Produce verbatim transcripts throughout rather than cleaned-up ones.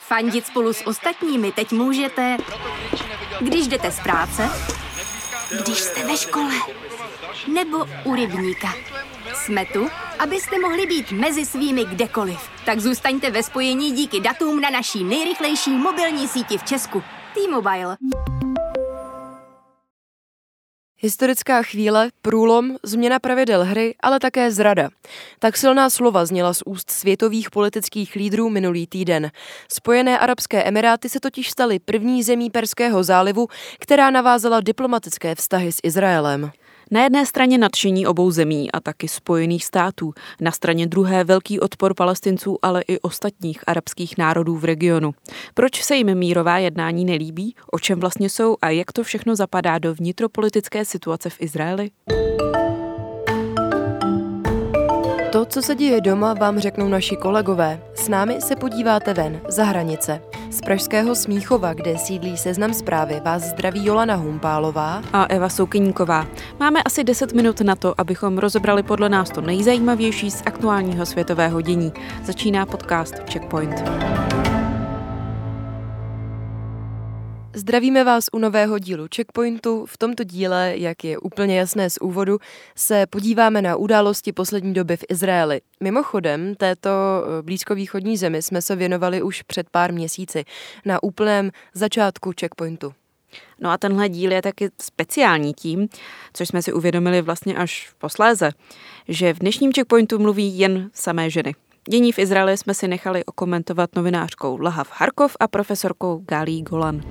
Fandit spolu s ostatními teď můžete, když jdete z práce, když jste ve škole, nebo u rybníka. Jsme tu, abyste mohli být mezi svými kdekoliv. Tak zůstaňte ve spojení díky datům na naší nejrychlejší mobilní síti v Česku. T-Mobile. Historická chvíle, průlom, změna pravidel hry, ale také zrada. Tak silná slova zněla z úst světových politických lídrů minulý týden. Spojené arabské emiráty se totiž staly první zemí Perského zálivu, která navázala diplomatické vztahy s Izraelem. Na jedné straně nadšení obou zemí a taky Spojených států, na straně druhé velký odpor Palestinců, ale i ostatních arabských národů v regionu. Proč se jim mírová jednání nelíbí, o čem vlastně jsou a jak to všechno zapadá do vnitropolitické situace v Izraeli? To, co se děje doma, vám řeknou naši kolegové. S námi se podíváte ven, za hranice. Z pražského Smíchova, kde sídlí Seznam Zprávy, vás zdraví Jolana Humpálová a Eva Soukyníková. Máme asi deset minut na to, abychom rozebrali podle nás to nejzajímavější z aktuálního světového dění. Začíná podcast Checkpoint. Zdravíme vás u nového dílu Checkpointu. V tomto díle, jak je úplně jasné z úvodu, se podíváme na události poslední doby v Izraeli. Mimochodem, této blízkovýchodní zemi jsme se věnovali už před pár měsíci, na úplném začátku Checkpointu. No a tenhle díl je taky speciální tím, což jsme si uvědomili vlastně až posléze, že v dnešním Checkpointu mluví jen samé ženy. Dění v Izraeli jsme si nechali okomentovat novinářkou Lahav Harkov a profesorkou Galí Golan.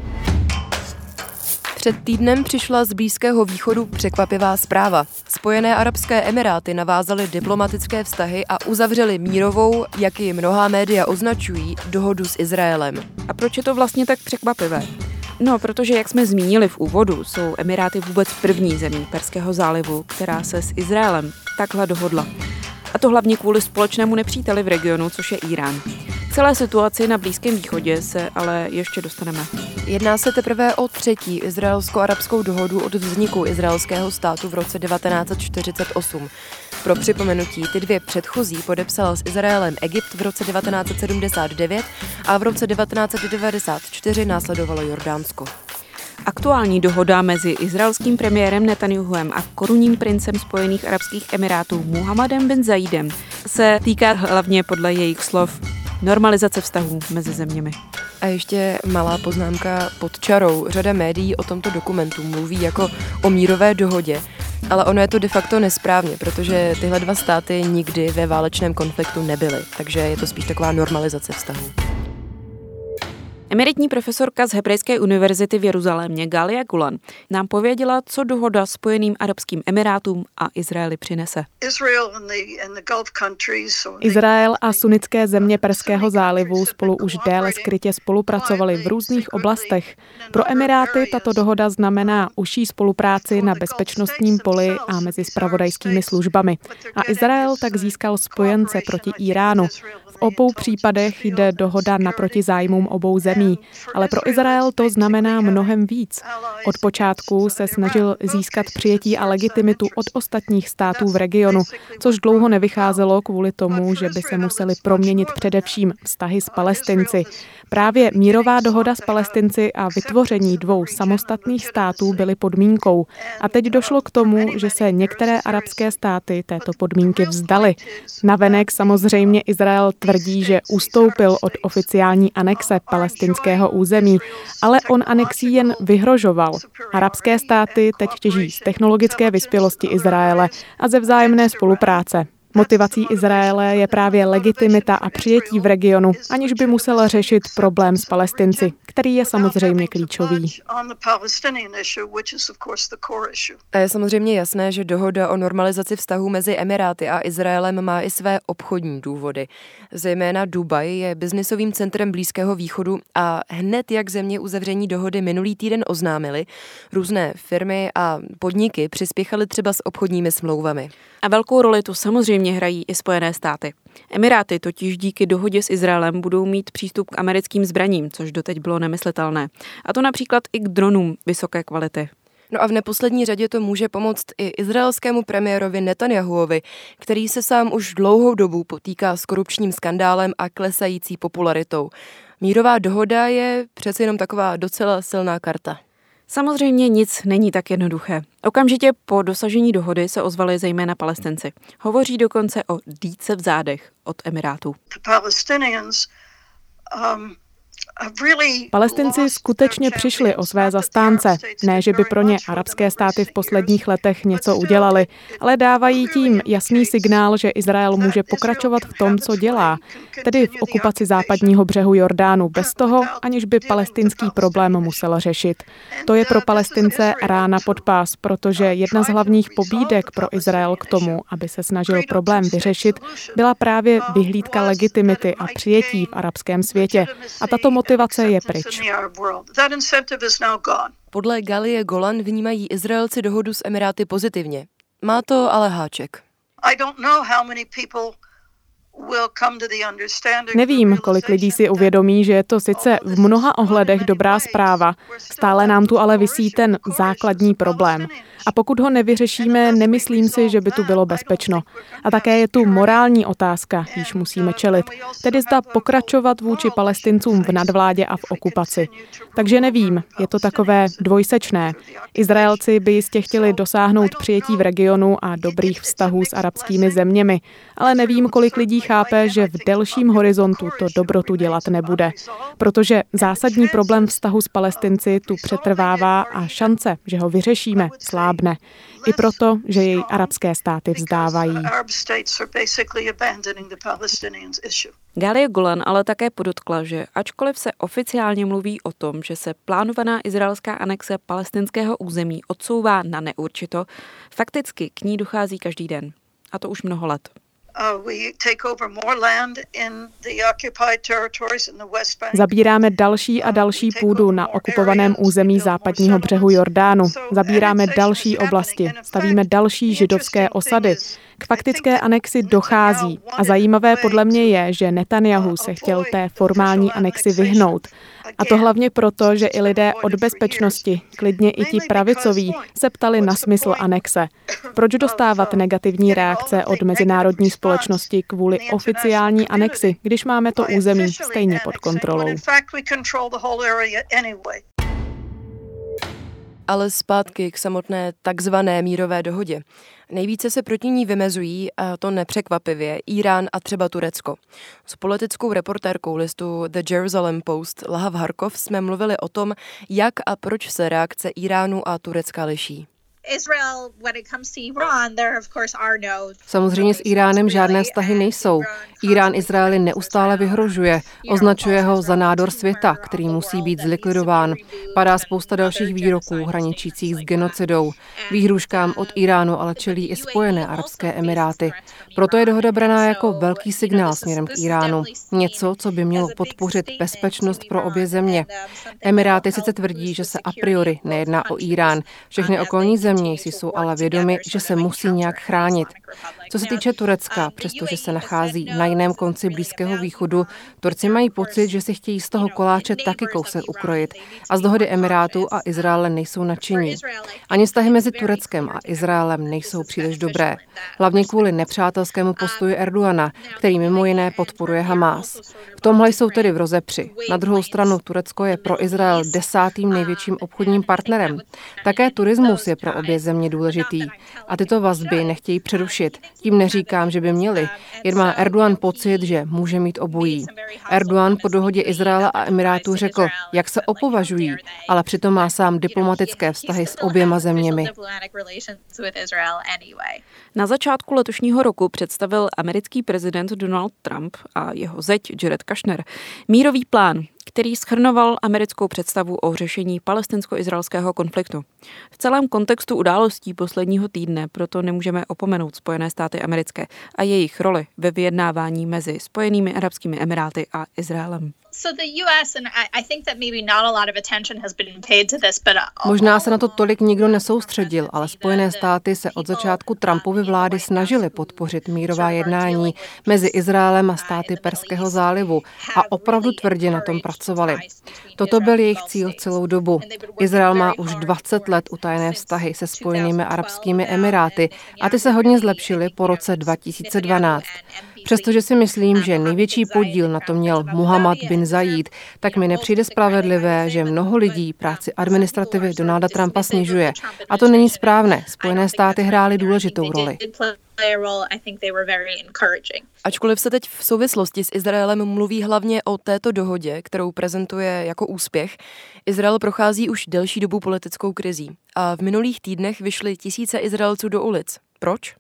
Před týdnem přišla z Blízkého východu překvapivá zpráva. Spojené arabské emiráty navázaly diplomatické vztahy a uzavřely mírovou, jak ji mnohá média označují, dohodu s Izraelem. A proč je to vlastně tak překvapivé? No, protože, jak jsme zmínili v úvodu, jsou Emiráty vůbec první zemí Perského zálivu, která se s Izraelem takhle dohodla. A to hlavně kvůli společnému nepříteli v regionu, což je Irán. K celé situaci na Blízkém východě se ale ještě dostaneme. Jedná se teprve o třetí izraelsko-arabskou dohodu od vzniku izraelského státu v roce devatenáct set čtyřicet osm. Pro připomenutí, ty dvě předchozí podepsala s Izraelem Egypt v roce devatenáct set sedmdesát devět a v roce devatenáct set devadesát čtyři následovalo Jordánsko. Aktuální dohoda mezi izraelským premiérem Netanjahuem a korunním princem Spojených arabských emirátů Muhammadem bin Zayidem se týká hlavně podle jejich slov normalizace vztahů mezi zeměmi. A ještě malá poznámka pod čarou. Řada médií o tomto dokumentu mluví jako o mírové dohodě, ale ono je to de facto nesprávně, protože tyhle dva státy nikdy ve válečném konfliktu nebyly, takže je to spíš taková normalizace vztahů. Emeritní profesorka z Hebrejské univerzity v Jeruzalémě Galia Golan nám pověděla, co dohoda Spojeným arabským emirátům a Izraeli přinese. Izrael a sunnické země Perského zálivu spolu už déle skrytě spolupracovali v různých oblastech. Pro Emiráty tato dohoda znamená užší spolupráci na bezpečnostním poli a mezi zpravodajskými službami. A Izrael tak získal spojence proti Iránu. V obou případech jde dohoda naproti zájmům obou zemí, ale pro Izrael to znamená mnohem víc. Od počátku se snažil získat přijetí a legitimitu od ostatních států v regionu, což dlouho nevycházelo kvůli tomu, že by se museli proměnit především vztahy s Palestinci. Právě mírová dohoda s Palestinci a vytvoření dvou samostatných států byly podmínkou. A teď došlo k tomu, že se některé arabské státy této podmínky vzdaly. Navenek samozřejmě Izrael tvrdí, že ustoupil od oficiální anexe palestinského území, ale on anexí jen vyhrožoval. Arabské státy teď těží z technologické vyspělosti Izraele a ze vzájemné spolupráce. Motivací Izraele je právě legitimita a přijetí v regionu, aniž by musel řešit problém s Palestinci, který je samozřejmě klíčový. A je samozřejmě jasné, že dohoda o normalizaci vztahů mezi Emiráty a Izraelem má i své obchodní důvody. Zejména Dubaj je biznisovým centrem Blízkého východu a hned jak země uzavření dohody minulý týden oznámily, různé firmy a podniky přispěchaly třeba s obchodními smlouvami. A velkou roli tu samozřejmě hrají i Spojené státy. Emiráty totiž díky dohodě s Izraelem budou mít přístup k americkým zbraním, což doteď bylo nemyslitelné. A to například i k dronům vysoké kvality. No a v neposlední řadě to může pomoct i izraelskému premiérovi Netanjahuovi, který se sám už dlouhou dobu potýká s korupčním skandálem a klesající popularitou. Mírová dohoda je přece jenom taková docela silná karta. Samozřejmě nic není tak jednoduché. Okamžitě po dosažení dohody se ozvali zejména Palestinci. Hovoří dokonce o dýce v zádech od Emirátů. Palestinci skutečně přišli o své zastánce. Ne, že by pro ně arabské státy v posledních letech něco udělali, ale dávají tím jasný signál, že Izrael může pokračovat v tom, co dělá, tedy v okupaci západního břehu Jordánu bez toho, aniž by palestinský problém musel řešit. To je pro Palestince rána pod pás, protože jedna z hlavních pobídek pro Izrael k tomu, aby se snažil problém vyřešit, byla právě vyhlídka legitimity a přijetí v arabském světě. A tato motivace je pryč. Podle Galie Golan vnímají Izraelci dohodu s Emiráty pozitivně. Má to ale háček. Nevím, kolik lidí si uvědomí, že je to sice v mnoha ohledech dobrá zpráva, stále nám tu ale visí ten základní problém. A pokud ho nevyřešíme, nemyslím si, že by tu bylo bezpečno. A také je tu morální otázka, již musíme čelit, tedy zda pokračovat vůči Palestincům v nadvládě a v okupaci. Takže nevím, je to takové dvojsečné. Izraelci by jistě chtěli dosáhnout přijetí v regionu a dobrých vztahů s arabskými zeměmi, ale nevím, kolik lidí chápe, že v delším horizontu to dobrotu dělat nebude. Protože zásadní problém vztahu s Palestinci tu přetrvává a šance, že ho vyřešíme, slábne. I proto, že jej arabské státy vzdávají. Galie Golan ale také podotkla, že ačkoliv se oficiálně mluví o tom, že se plánovaná izraelská anexe palestinského území odsouvá na neurčito, fakticky k ní dochází každý den. A to už mnoho let. Zabíráme další a další půdu na okupovaném území západního břehu Jordánu. Zabíráme další oblasti, stavíme další židovské osady. K faktické anexi dochází. A zajímavé podle mě je, že Netanjahu se chtěl té formální anexi vyhnout. A to hlavně proto, že i lidé od bezpečnosti, klidně i ti pravicoví, se ptali na smysl anexe. Proč dostávat negativní reakce od mezinárodní společnosti kvůli oficiální anexi, když máme to území stejně pod kontrolou? Ale zpátky k samotné takzvané mírové dohodě. Nejvíce se proti ní vymezují, a to nepřekvapivě, Írán a třeba Turecko. S politickou reportérkou listu The Jerusalem Post Lahav Harkov jsme mluvili o tom, jak a proč se reakce Íránu a Turecka liší. Samozřejmě s Íránem žádné vztahy nejsou. Írán Izraeli neustále vyhrožuje, označuje ho za nádor světa, který musí být zlikvidován. Padá spousta dalších výroků hraničících s genocidou. Výhrůžkám od Íránu ale čelí i Spojené arabské emiráty. Proto je dohoda braná jako velký signál směrem k Íránu. Něco, co by mělo podpořit bezpečnost pro obě země. Emiráty sice tvrdí, že se a priori nejedná o Írán. Všechny okolní země si jsou ale vědomi, že se musí nějak chránit. Co se týče Turecka, přestože se nachází na jiném konci Blízkého východu, Turci mají pocit, že si chtějí z toho koláče taky kousek ukrojit a z dohody Emirátů a Izraele nejsou nadšení. Ani vztahy mezi Tureckem a Izraelem nejsou příliš dobré. Hlavně kvůli nepřátelskému postoji Erdogana, který mimo jiné podporuje Hamás. V tomhle jsou tedy v rozepři. Na druhou stranu Turecko je pro Izrael desátým největším obchodním partnerem. Také turismus je pro obě země důležitý. A tyto vazby nechtějí přerušit. Tím neříkám, že by měli. Jen má Erdogan pocit, že může mít obojí. Erdogan po dohodě Izraela a Emirátů řekl, jak se opovažují, ale přitom má sám diplomatické vztahy s oběma zeměmi. Na začátku letošního roku představil americký prezident Donald Trump a jeho zeď Jared Kushner mírový plán, který shrnoval americkou představu o řešení palestinsko-izraelského konfliktu. V celém kontextu událostí posledního týdne proto nemůžeme opomenout Spojené státy americké a jejich roli ve vyjednávání mezi Spojenými arabskými emiráty a Izraelem. Možná se na to tolik nikdo nesoustředil, ale Spojené státy se od začátku Trumpovy vlády snažily podpořit mírová jednání mezi Izraelem a státy Perského zálivu a opravdu tvrdě na tom pracovali. Toto byl jejich cíl celou dobu. Izrael má už dvacet let utajené vztahy se Spojenými arabskými emiráty a ty se hodně zlepšily po roce dva tisíce dvanáct. Přestože si myslím, že největší podíl na to měl Muhammad bin Zayed, tak mi nepřijde spravedlivé, že mnoho lidí práci administrativy Donalda Trumpa snižuje. A to není správné. Spojené státy hrály důležitou roli. Ačkoliv se teď v souvislosti s Izraelem mluví hlavně o této dohodě, kterou prezentuje jako úspěch, Izrael prochází už delší dobu politickou krizí. A v minulých týdnech vyšly tisíce Izraelců do ulic. Proč?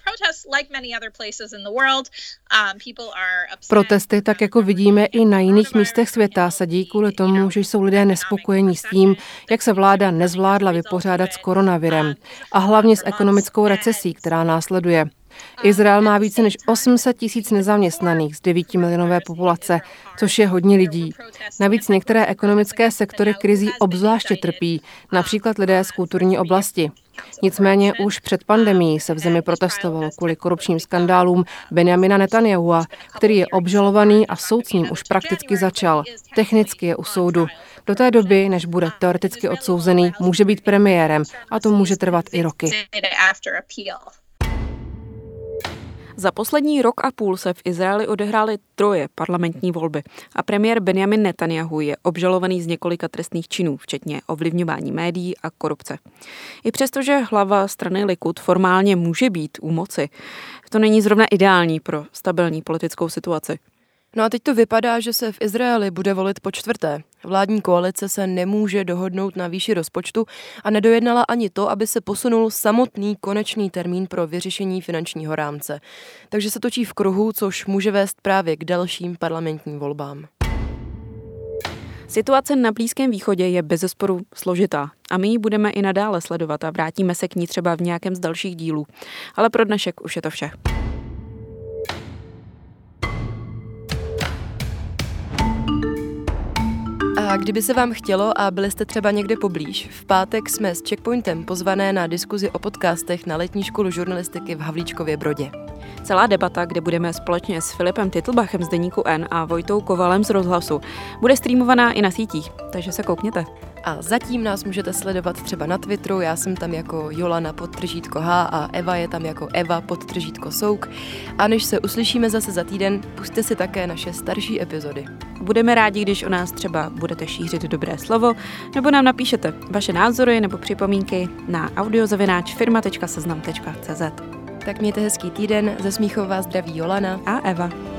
Protesty, tak jako vidíme i na jiných místech světa, se dějí kvůli tomu, že jsou lidé nespokojení s tím, jak se vláda nezvládla vypořádat s koronavirem a hlavně s ekonomickou recesí, která následuje. Izrael má více než osm set tisíc nezaměstnaných z devítimilionové populace, což je hodně lidí. Navíc některé ekonomické sektory krizí obzvláště trpí, například lidé z kulturní oblasti. Nicméně už před pandemií se v zemi protestovalo kvůli korupčním skandálům Benjamina Netanyahua, který je obžalovaný a soud s ním už prakticky začal. Technicky je u soudu. Do té doby, než bude teoreticky odsouzený, může být premiérem a to může trvat i roky. Za poslední rok a půl se v Izraeli odehrály troje parlamentní volby a premiér Benjamin Netanjahu je obžalovaný z několika trestných činů, včetně ovlivňování médií a korupce. I přestože hlava strany Likud formálně může být u moci, to není zrovna ideální pro stabilní politickou situaci. No a teď to vypadá, že se v Izraeli bude volit po čtvrté. Vládní koalice se nemůže dohodnout na výši rozpočtu a nedojednala ani to, aby se posunul samotný konečný termín pro vyřešení finančního rámce. Takže se točí v kruhu, což může vést právě k dalším parlamentním volbám. Situace na Blízkém východě je bezesporu složitá a my ji budeme i nadále sledovat a vrátíme se k ní třeba v nějakém z dalších dílů. Ale pro dnešek už je to vše. A kdyby se vám chtělo a byli jste třeba někde poblíž, v pátek jsme s Checkpointem pozvané na diskuzi o podcastech na letní školu žurnalistiky v Havlíčkově Brodě. Celá debata, kde budeme společně s Filipem Titlbachem z Deníku N a Vojtou Kovalem z Rozhlasu, bude streamovaná i na sítích, takže se koukněte. A zatím nás můžete sledovat třeba na Twitteru, já jsem tam jako Jolana podtržítko H a Eva je tam jako Eva podtržítko Souk. A než se uslyšíme zase za týden, pusťte si také naše starší epizody. Budeme rádi, když o nás třeba budete šířit dobré slovo, nebo nám napíšete vaše názory nebo připomínky na audiozavináč firma tečka seznam tečka cé zet. Tak mějte hezký týden, ze Smíchova zdraví Jolana a Eva.